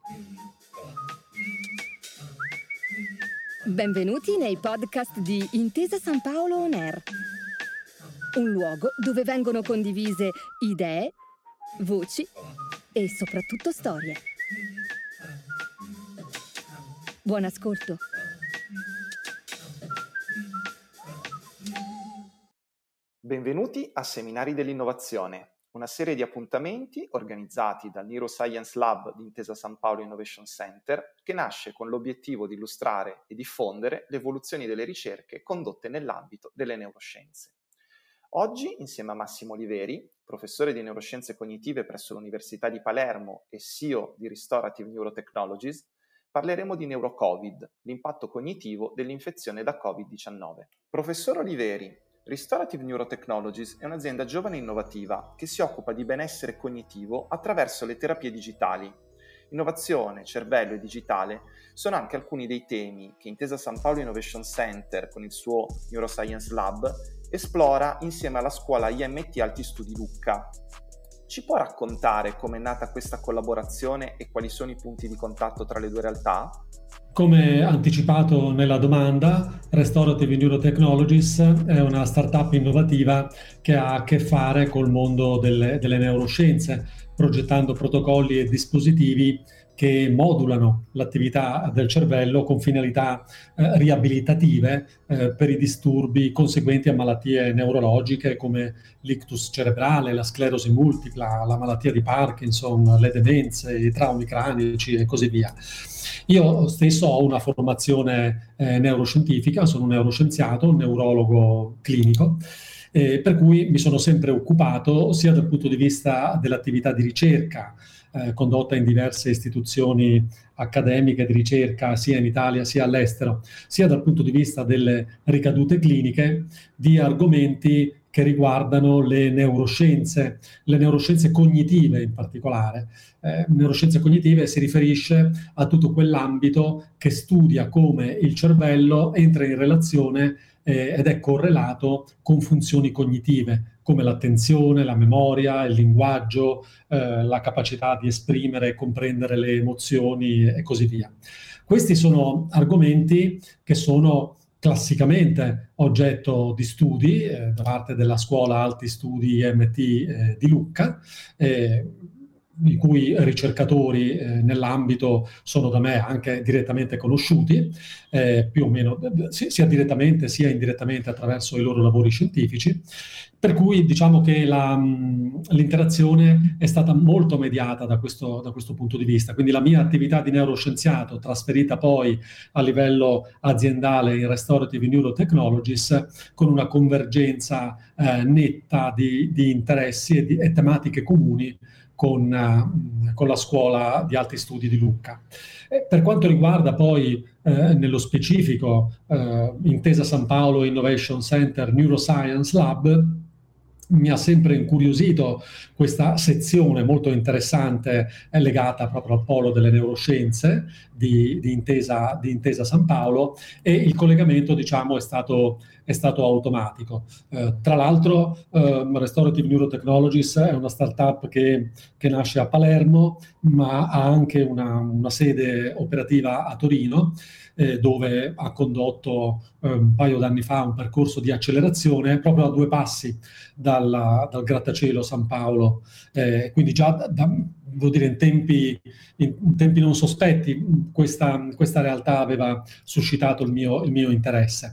Benvenuti nei podcast di Intesa San Paolo On Air, un luogo dove vengono condivise idee, voci e soprattutto storie. Buon ascolto. Benvenuti a Seminari dell'Innovazione, una serie di appuntamenti organizzati dal Neuroscience Lab di Intesa San Paolo Innovation Center che nasce con l'obiettivo di illustrare e diffondere le evoluzioni delle ricerche condotte nell'ambito delle neuroscienze. Oggi, insieme a Massimo Oliveri, professore di neuroscienze cognitive presso l'Università di Palermo e CEO di Restorative Neurotechnologies, parleremo di NeuroCovid, l'impatto cognitivo dell'infezione da Covid-19. Professor Oliveri, Restorative Neurotechnologies è un'azienda giovane e innovativa che si occupa di benessere cognitivo attraverso le terapie digitali. Innovazione, cervello e digitale sono anche alcuni dei temi che Intesa San Paolo Innovation Center con il suo Neuroscience Lab esplora insieme alla scuola IMT Alti Studi Lucca. Ci può raccontare come è nata questa collaborazione e quali sono i punti di contatto tra le due realtà? Come anticipato nella domanda, Restorative Neurotechnologies è una startup innovativa che ha a che fare col mondo delle neuroscienze, progettando protocolli e dispositivi che modulano l'attività del cervello con finalità riabilitative per i disturbi conseguenti a malattie neurologiche come l'ictus cerebrale, la sclerosi multipla, la malattia di Parkinson, le demenze, i traumi cranici e così via. Io stesso ho una formazione neuroscientifica, sono un neuroscienziato, un neurologo clinico, per cui mi sono sempre occupato sia dal punto di vista dell'attività di ricerca condotta in diverse istituzioni accademiche di ricerca sia in Italia sia all'estero, sia dal punto di vista delle ricadute cliniche di argomenti che riguardano le neuroscienze cognitive in particolare. Neuroscienze cognitive si riferisce a tutto quell'ambito che studia come il cervello entra in relazione ed è correlato con funzioni cognitive, come l'attenzione, la memoria, il linguaggio, la capacità di esprimere e comprendere le emozioni e così via. Questi sono argomenti che sono classicamente oggetto di studi da parte della Scuola Alti Studi IMT di Lucca, i cui ricercatori nell'ambito sono da me anche direttamente conosciuti, più o meno sia direttamente sia indirettamente attraverso i loro lavori scientifici, per cui diciamo che l'interazione è stata molto mediata da questo punto di vista. Quindi la mia attività di neuroscienziato, trasferita poi a livello aziendale in Restorative Neurotechnologies, con una convergenza netta di interessi e tematiche comuni con la Scuola di Alti Studi di Lucca. Per quanto riguarda poi nello specifico Intesa San Paolo Innovation Center Neuroscience Lab, mi ha sempre incuriosito questa sezione molto interessante legata proprio al polo delle neuroscienze di Intesa San Paolo, e il collegamento, diciamo, è stato automatico. Tra l'altro Restorative Neurotechnologies è una startup che nasce a Palermo, ma ha anche una sede operativa a Torino, dove ha condotto un paio d'anni fa un percorso di accelerazione proprio a 2 passi dal grattacielo San Paolo, quindi già devo dire in tempi non sospetti questa realtà aveva suscitato il mio interesse.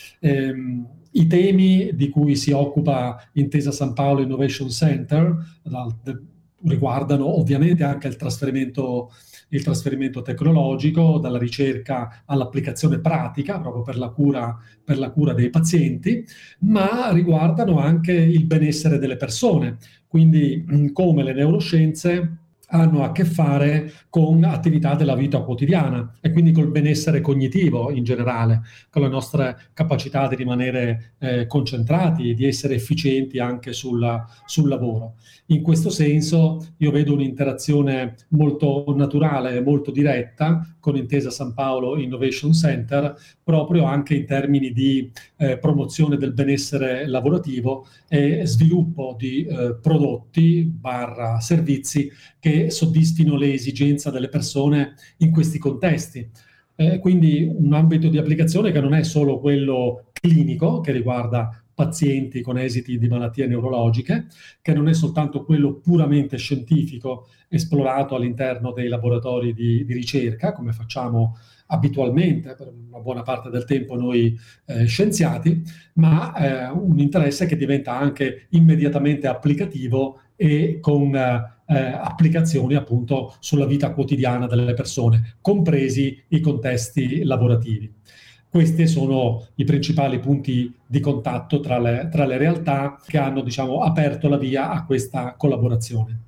I temi di cui si occupa Intesa San Paolo Innovation Center riguardano ovviamente anche il trasferimento tecnologico dalla ricerca all'applicazione pratica, proprio per la cura dei pazienti, ma riguardano anche il benessere delle persone, quindi come le neuroscienze hanno a che fare con attività della vita quotidiana e quindi col benessere cognitivo in generale, con la nostra capacità di rimanere concentrati, di essere efficienti anche sul lavoro. In questo senso io vedo un'interazione molto naturale e molto diretta con Intesa San Paolo Innovation Center, proprio anche in termini di promozione del benessere lavorativo e sviluppo di prodotti / servizi che soddisfino le esigenze delle persone in questi contesti. Quindi un ambito di applicazione che non è solo quello clinico, che riguarda pazienti con esiti di malattie neurologiche, che non è soltanto quello puramente scientifico esplorato all'interno dei laboratori di ricerca, come facciamo abitualmente per una buona parte del tempo noi scienziati, ma un interesse che diventa anche immediatamente applicativo e con applicazioni appunto sulla vita quotidiana delle persone, compresi i contesti lavorativi. Questi sono i principali punti di contatto tra le realtà che hanno, diciamo, aperto la via a questa collaborazione.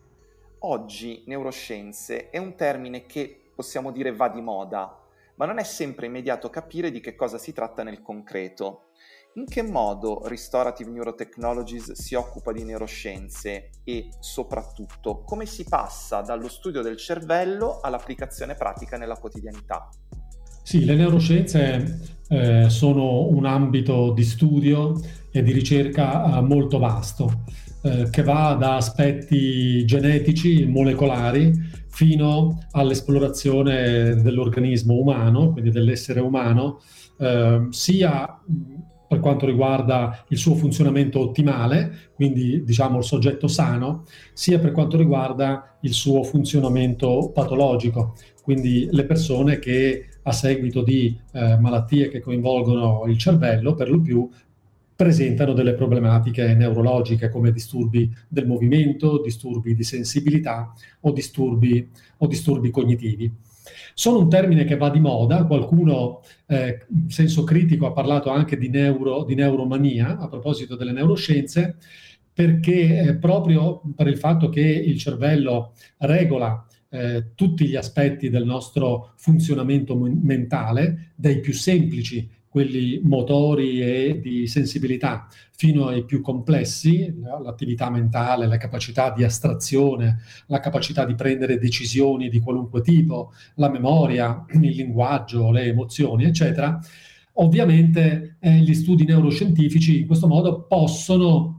Oggi neuroscienze è un termine che possiamo dire va di moda, ma non è sempre immediato capire di che cosa si tratta nel concreto. In che modo Restorative Neurotechnologies si occupa di neuroscienze e, soprattutto, come si passa dallo studio del cervello all'applicazione pratica nella quotidianità? Sì, le neuroscienze sono un ambito di studio e di ricerca molto vasto, che va da aspetti genetici, molecolari, fino all'esplorazione dell'organismo umano, quindi dell'essere umano, sia per quanto riguarda il suo funzionamento ottimale, quindi diciamo il soggetto sano, sia per quanto riguarda il suo funzionamento patologico, quindi le persone che a seguito di malattie che coinvolgono il cervello, per lo più presentano delle problematiche neurologiche come disturbi del movimento, disturbi di sensibilità o disturbi cognitivi. Sono un termine che va di moda, qualcuno in senso critico ha parlato anche di neuromania a proposito delle neuroscienze, perché proprio per il fatto che il cervello regola tutti gli aspetti del nostro funzionamento mentale, dai più semplici, quelli motori e di sensibilità, fino ai più complessi, l'attività mentale, la capacità di astrazione, la capacità di prendere decisioni di qualunque tipo, la memoria, il linguaggio, le emozioni, eccetera. Ovviamente gli studi neuroscientifici in questo modo possono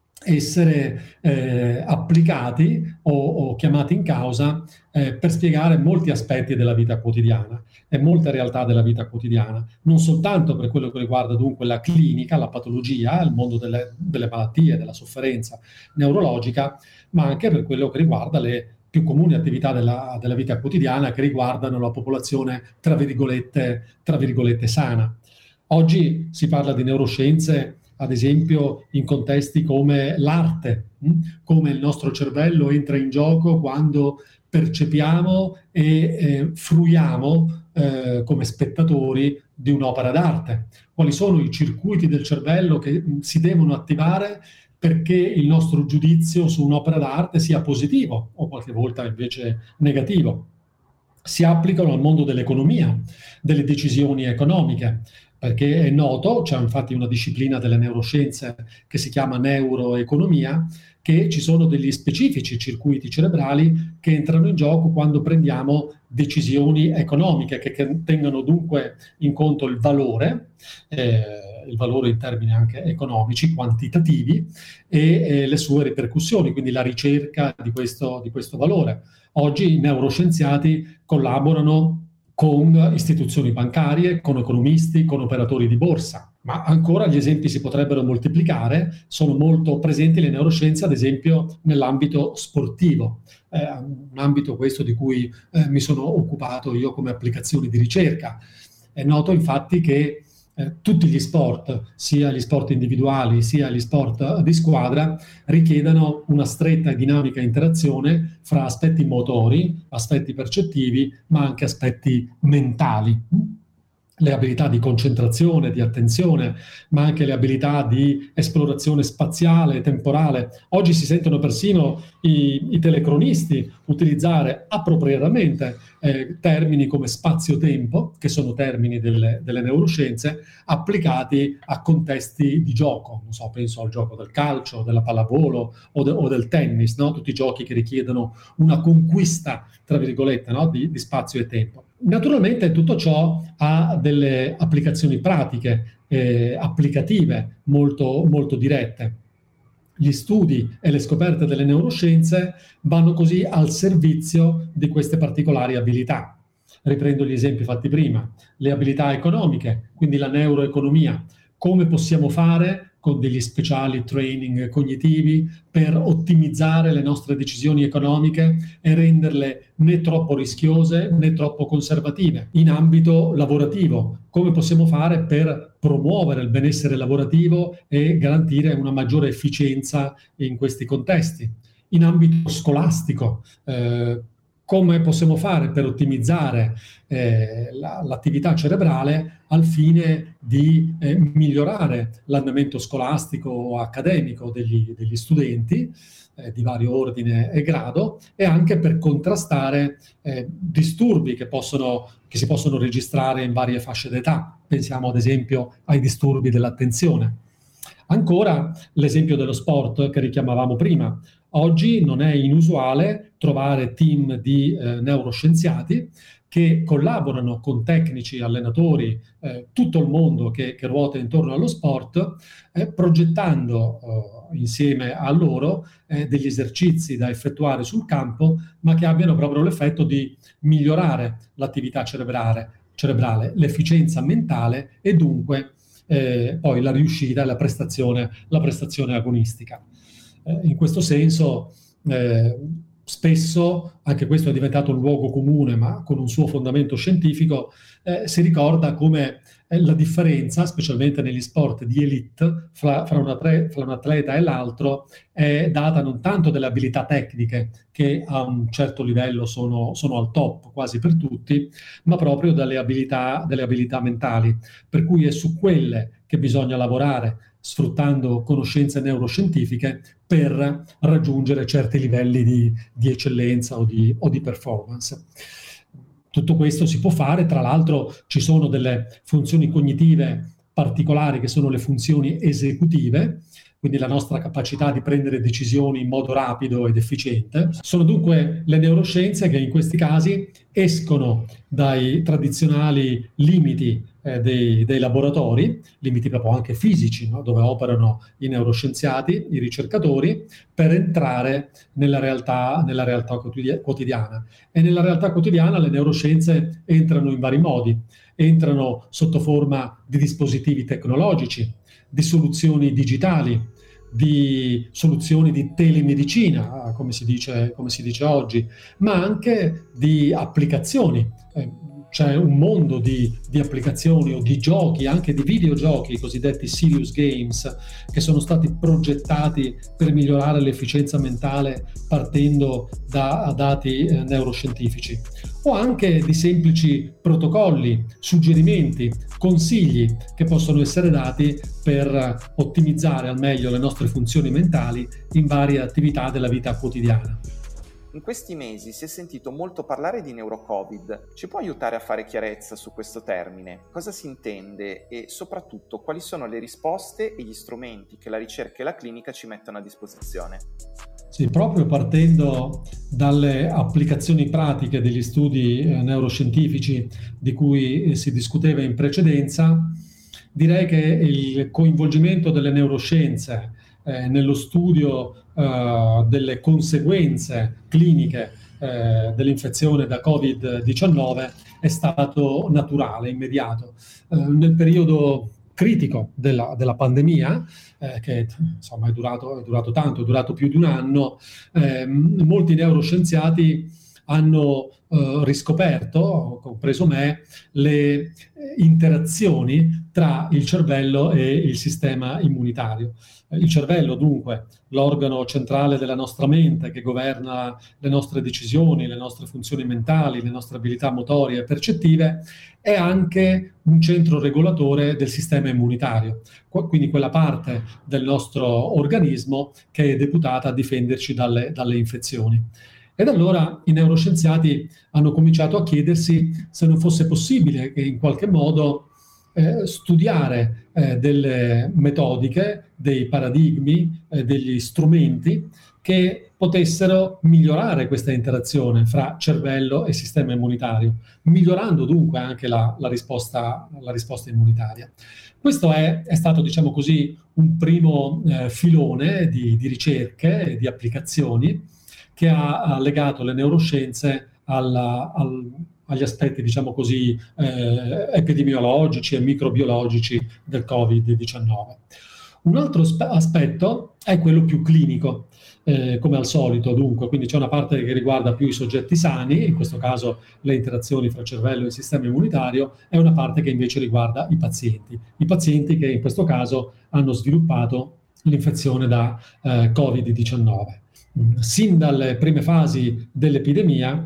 essere applicati o chiamati in causa per spiegare molti aspetti della vita quotidiana e molte realtà della vita quotidiana, non soltanto per quello che riguarda dunque la clinica, la patologia, il mondo delle malattie, della sofferenza neurologica, ma anche per quello che riguarda le più comuni attività della vita quotidiana che riguardano la popolazione, tra virgolette, sana. Oggi si parla di neuroscienze ad esempio in contesti come l'arte, come il nostro cervello entra in gioco quando percepiamo e fruiamo come spettatori di un'opera d'arte. Quali sono i circuiti del cervello che si devono attivare perché il nostro giudizio su un'opera d'arte sia positivo o qualche volta invece negativo. Si applicano al mondo dell'economia, delle decisioni economiche, perché è noto, c'è infatti una disciplina delle neuroscienze che si chiama neuroeconomia, che ci sono degli specifici circuiti cerebrali che entrano in gioco quando prendiamo decisioni economiche che tengano dunque in conto il valore in termini anche economici, quantitativi, e le sue ripercussioni, quindi la ricerca di questo valore. Oggi i neuroscienziati collaborano con istituzioni bancarie, con economisti, con operatori di borsa. Ma ancora gli esempi si potrebbero moltiplicare, sono molto presenti le neuroscienze, ad esempio, nell'ambito sportivo, un ambito questo di cui mi sono occupato io come applicazioni di ricerca. È noto infatti che tutti gli sport, sia gli sport individuali sia gli sport di squadra, richiedano una stretta e dinamica interazione fra aspetti motori, aspetti percettivi, ma anche aspetti mentali. Le abilità di concentrazione, di attenzione, ma anche le abilità di esplorazione spaziale, temporale. Oggi si sentono persino i telecronisti utilizzare appropriatamente termini come spazio-tempo, che sono termini delle neuroscienze, applicati a contesti di gioco. Non so, penso al gioco del calcio, della pallavolo o del tennis, no? Tutti i giochi che richiedono una conquista, tra virgolette, no? di spazio e tempo. Naturalmente tutto ciò ha delle applicazioni pratiche, applicative, molto, molto dirette. Gli studi e le scoperte delle neuroscienze vanno così al servizio di queste particolari abilità. Riprendo gli esempi fatti prima. Le abilità economiche, quindi la neuroeconomia. Come possiamo fare con degli speciali training cognitivi per ottimizzare le nostre decisioni economiche e renderle né troppo rischiose né troppo conservative. In ambito lavorativo, come possiamo fare per promuovere il benessere lavorativo e garantire una maggiore efficienza in questi contesti. In ambito scolastico, come possiamo fare per ottimizzare l'attività cerebrale al fine di migliorare l'andamento scolastico o accademico degli studenti di vario ordine e grado, e anche per contrastare disturbi che si possono registrare in varie fasce d'età. Pensiamo ad esempio ai disturbi dell'attenzione. Ancora l'esempio dello sport che richiamavamo prima. Oggi non è inusuale trovare team di neuroscienziati che collaborano con tecnici, allenatori, tutto il mondo che ruota intorno allo sport, progettando insieme a loro degli esercizi da effettuare sul campo, ma che abbiano proprio l'effetto di migliorare l'attività cerebrale, l'efficienza mentale e dunque poi la riuscita e la prestazione agonistica. In questo senso, spesso, anche questo è diventato un luogo comune, ma con un suo fondamento scientifico, si ricorda come la differenza, specialmente negli sport di elite, fra un atleta e l'altro, è data non tanto dalle abilità tecniche, che a un certo livello sono al top quasi per tutti, ma proprio dalle abilità mentali, per cui è su quelle che bisogna lavorare, sfruttando conoscenze neuroscientifiche per raggiungere certi livelli di eccellenza o di performance. Tutto questo si può fare, tra l'altro ci sono delle funzioni cognitive particolari che sono le funzioni esecutive, quindi la nostra capacità di prendere decisioni in modo rapido ed efficiente. Sono dunque le neuroscienze che in questi casi escono dai tradizionali limiti dei laboratori, limiti proprio anche fisici, no? Dove operano i neuroscienziati, i ricercatori, per entrare nella realtà quotidiana. E nella realtà quotidiana le neuroscienze entrano in vari modi. Entrano sotto forma di dispositivi tecnologici, di soluzioni digitali, di soluzioni di telemedicina, come si dice oggi, ma anche di applicazioni. C'è un mondo di applicazioni o di giochi, anche di videogiochi, i cosiddetti serious games, che sono stati progettati per migliorare l'efficienza mentale partendo da dati neuroscientifici, o anche di semplici protocolli, suggerimenti, consigli che possono essere dati per ottimizzare al meglio le nostre funzioni mentali in varie attività della vita quotidiana. In questi mesi si è sentito molto parlare di neurocovid. Ci può aiutare a fare chiarezza su questo termine? Cosa si intende e soprattutto quali sono le risposte e gli strumenti che la ricerca e la clinica ci mettono a disposizione? Sì, proprio partendo dalle applicazioni pratiche degli studi neuroscientifici di cui si discuteva in precedenza, direi che il coinvolgimento delle neuroscienze nello studio delle conseguenze cliniche dell'infezione da Covid-19 è stato naturale, immediato. Nel periodo critico della pandemia, che insomma è durato tanto, è durato più di un anno, molti neuroscienziati hanno riscoperto, compreso me, le interazioni tra il cervello e il sistema immunitario. Il cervello, dunque, l'organo centrale della nostra mente che governa le nostre decisioni, le nostre funzioni mentali, le nostre abilità motorie e percettive, è anche un centro regolatore del sistema immunitario, quindi quella parte del nostro organismo che è deputata a difenderci dalle infezioni. Ed allora i neuroscienziati hanno cominciato a chiedersi se non fosse possibile che in qualche modo studiare delle metodiche, dei paradigmi, degli strumenti che potessero migliorare questa interazione fra cervello e sistema immunitario, migliorando dunque anche la risposta immunitaria. Questo è stato, diciamo così, un primo filone di ricerche e di applicazioni che ha legato le neuroscienze agli aspetti, diciamo così, epidemiologici e microbiologici del Covid-19. Un altro aspetto è quello più clinico, come al solito dunque, quindi c'è una parte che riguarda più i soggetti sani, in questo caso le interazioni fra cervello e sistema immunitario, e una parte che invece riguarda i pazienti che in questo caso hanno sviluppato l'infezione da Covid-19. Sin dalle prime fasi dell'epidemia,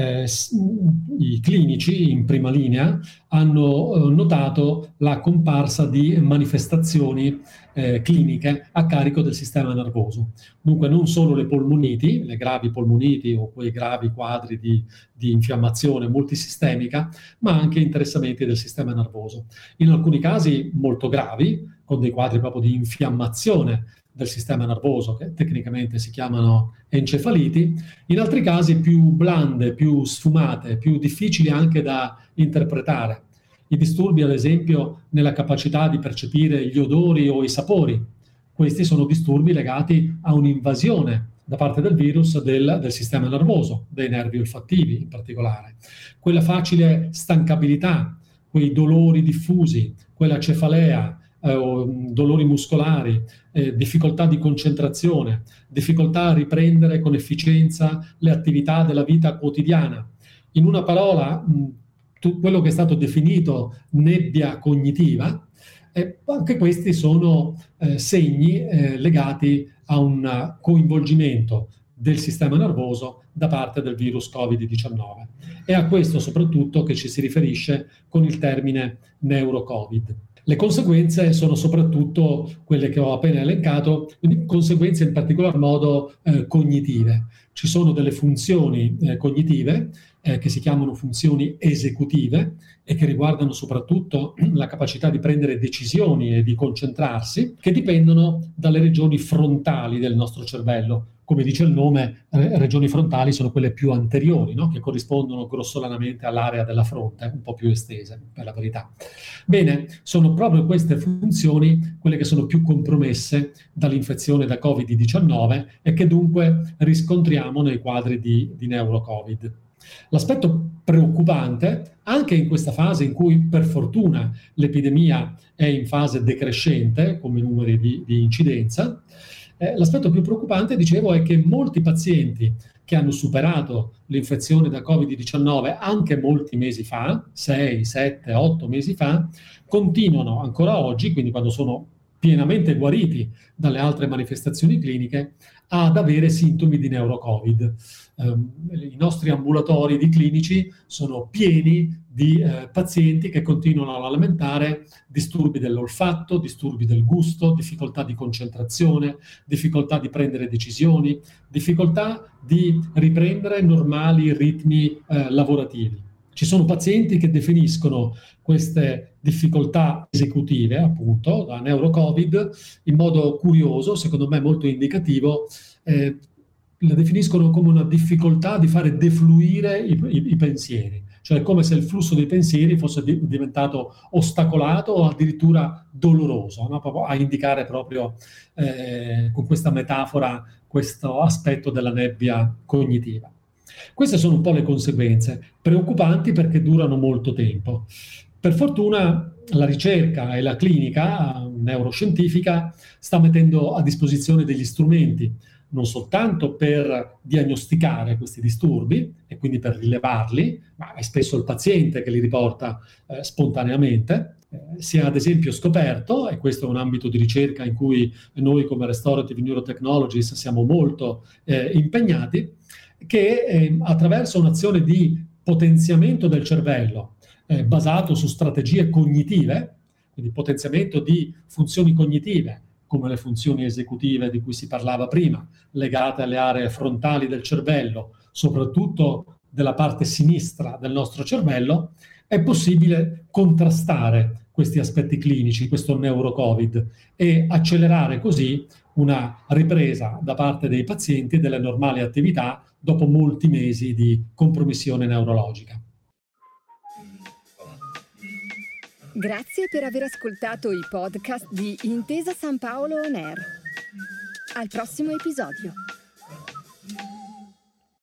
i clinici in prima linea hanno notato la comparsa di manifestazioni cliniche a carico del sistema nervoso. Dunque non solo le polmoniti, le gravi polmoniti o quei gravi quadri di infiammazione multisistemica, ma anche interessamenti del sistema nervoso. In alcuni casi molto gravi, con dei quadri proprio di infiammazione del sistema nervoso, che tecnicamente si chiamano encefaliti, in altri casi più blande, più sfumate, più difficili anche da interpretare. I disturbi, ad esempio, nella capacità di percepire gli odori o i sapori. Questi sono disturbi legati a un'invasione da parte del virus del sistema nervoso, dei nervi olfattivi in particolare. Quella facile stancabilità, quei dolori diffusi, quella cefalea, dolori muscolari, difficoltà di concentrazione, difficoltà a riprendere con efficienza le attività della vita quotidiana. In una parola, quello che è stato definito nebbia cognitiva, anche questi sono segni legati a un coinvolgimento del sistema nervoso da parte del virus Covid-19. È a questo soprattutto che ci si riferisce con il termine neurocovid. Le conseguenze sono soprattutto quelle che ho appena elencato, quindi conseguenze in particolar modo cognitive. Ci sono delle funzioni cognitive che si chiamano funzioni esecutive e che riguardano soprattutto la capacità di prendere decisioni e di concentrarsi, che dipendono dalle regioni frontali del nostro cervello. Come dice il nome, regioni frontali sono quelle più anteriori, no? Che corrispondono grossolanamente all'area della fronte, un po' più estese, per la verità. Bene, sono proprio queste funzioni quelle che sono più compromesse dall'infezione da Covid-19 e che dunque riscontriamo nei quadri di neurocovid. L'aspetto preoccupante, anche in questa fase in cui per fortuna l'epidemia è in fase decrescente, come numeri di incidenza, l'aspetto più preoccupante, dicevo, è che molti pazienti che hanno superato l'infezione da Covid-19 anche molti mesi fa, 6, 7, 8 mesi fa, continuano ancora oggi, quindi quando sono pienamente guariti dalle altre manifestazioni cliniche, ad avere sintomi di neurocovid. I nostri ambulatori di clinici sono pieni di pazienti che continuano a lamentare disturbi dell'olfatto, disturbi del gusto, difficoltà di concentrazione, difficoltà di prendere decisioni, difficoltà di riprendere normali ritmi lavorativi. Ci sono pazienti che definiscono queste difficoltà esecutive, appunto, da neurocovid, in modo curioso, secondo me molto indicativo, la definiscono come una difficoltà di fare defluire i pensieri, cioè come se il flusso dei pensieri fosse diventato ostacolato o addirittura doloroso, no? Proprio a indicare proprio con questa metafora questo aspetto della nebbia cognitiva. Queste sono un po' le conseguenze, preoccupanti perché durano molto tempo. Per fortuna la ricerca e la clinica neuroscientifica sta mettendo a disposizione degli strumenti, non soltanto per diagnosticare questi disturbi e quindi per rilevarli, ma è spesso il paziente che li riporta spontaneamente. Si è ad esempio scoperto, e questo è un ambito di ricerca in cui noi come Restorative Neurotechnologies siamo molto impegnati, che attraverso un'azione di potenziamento del cervello basato su strategie cognitive, quindi potenziamento di funzioni cognitive, come le funzioni esecutive di cui si parlava prima, legate alle aree frontali del cervello, soprattutto della parte sinistra del nostro cervello, è possibile contrastare questi aspetti clinici, questo neuro-Covid, e accelerare così una ripresa da parte dei pazienti delle normali attività dopo molti mesi di compromissione neurologica. Grazie per aver ascoltato i podcast di Intesa San Paolo On Air. Al prossimo episodio.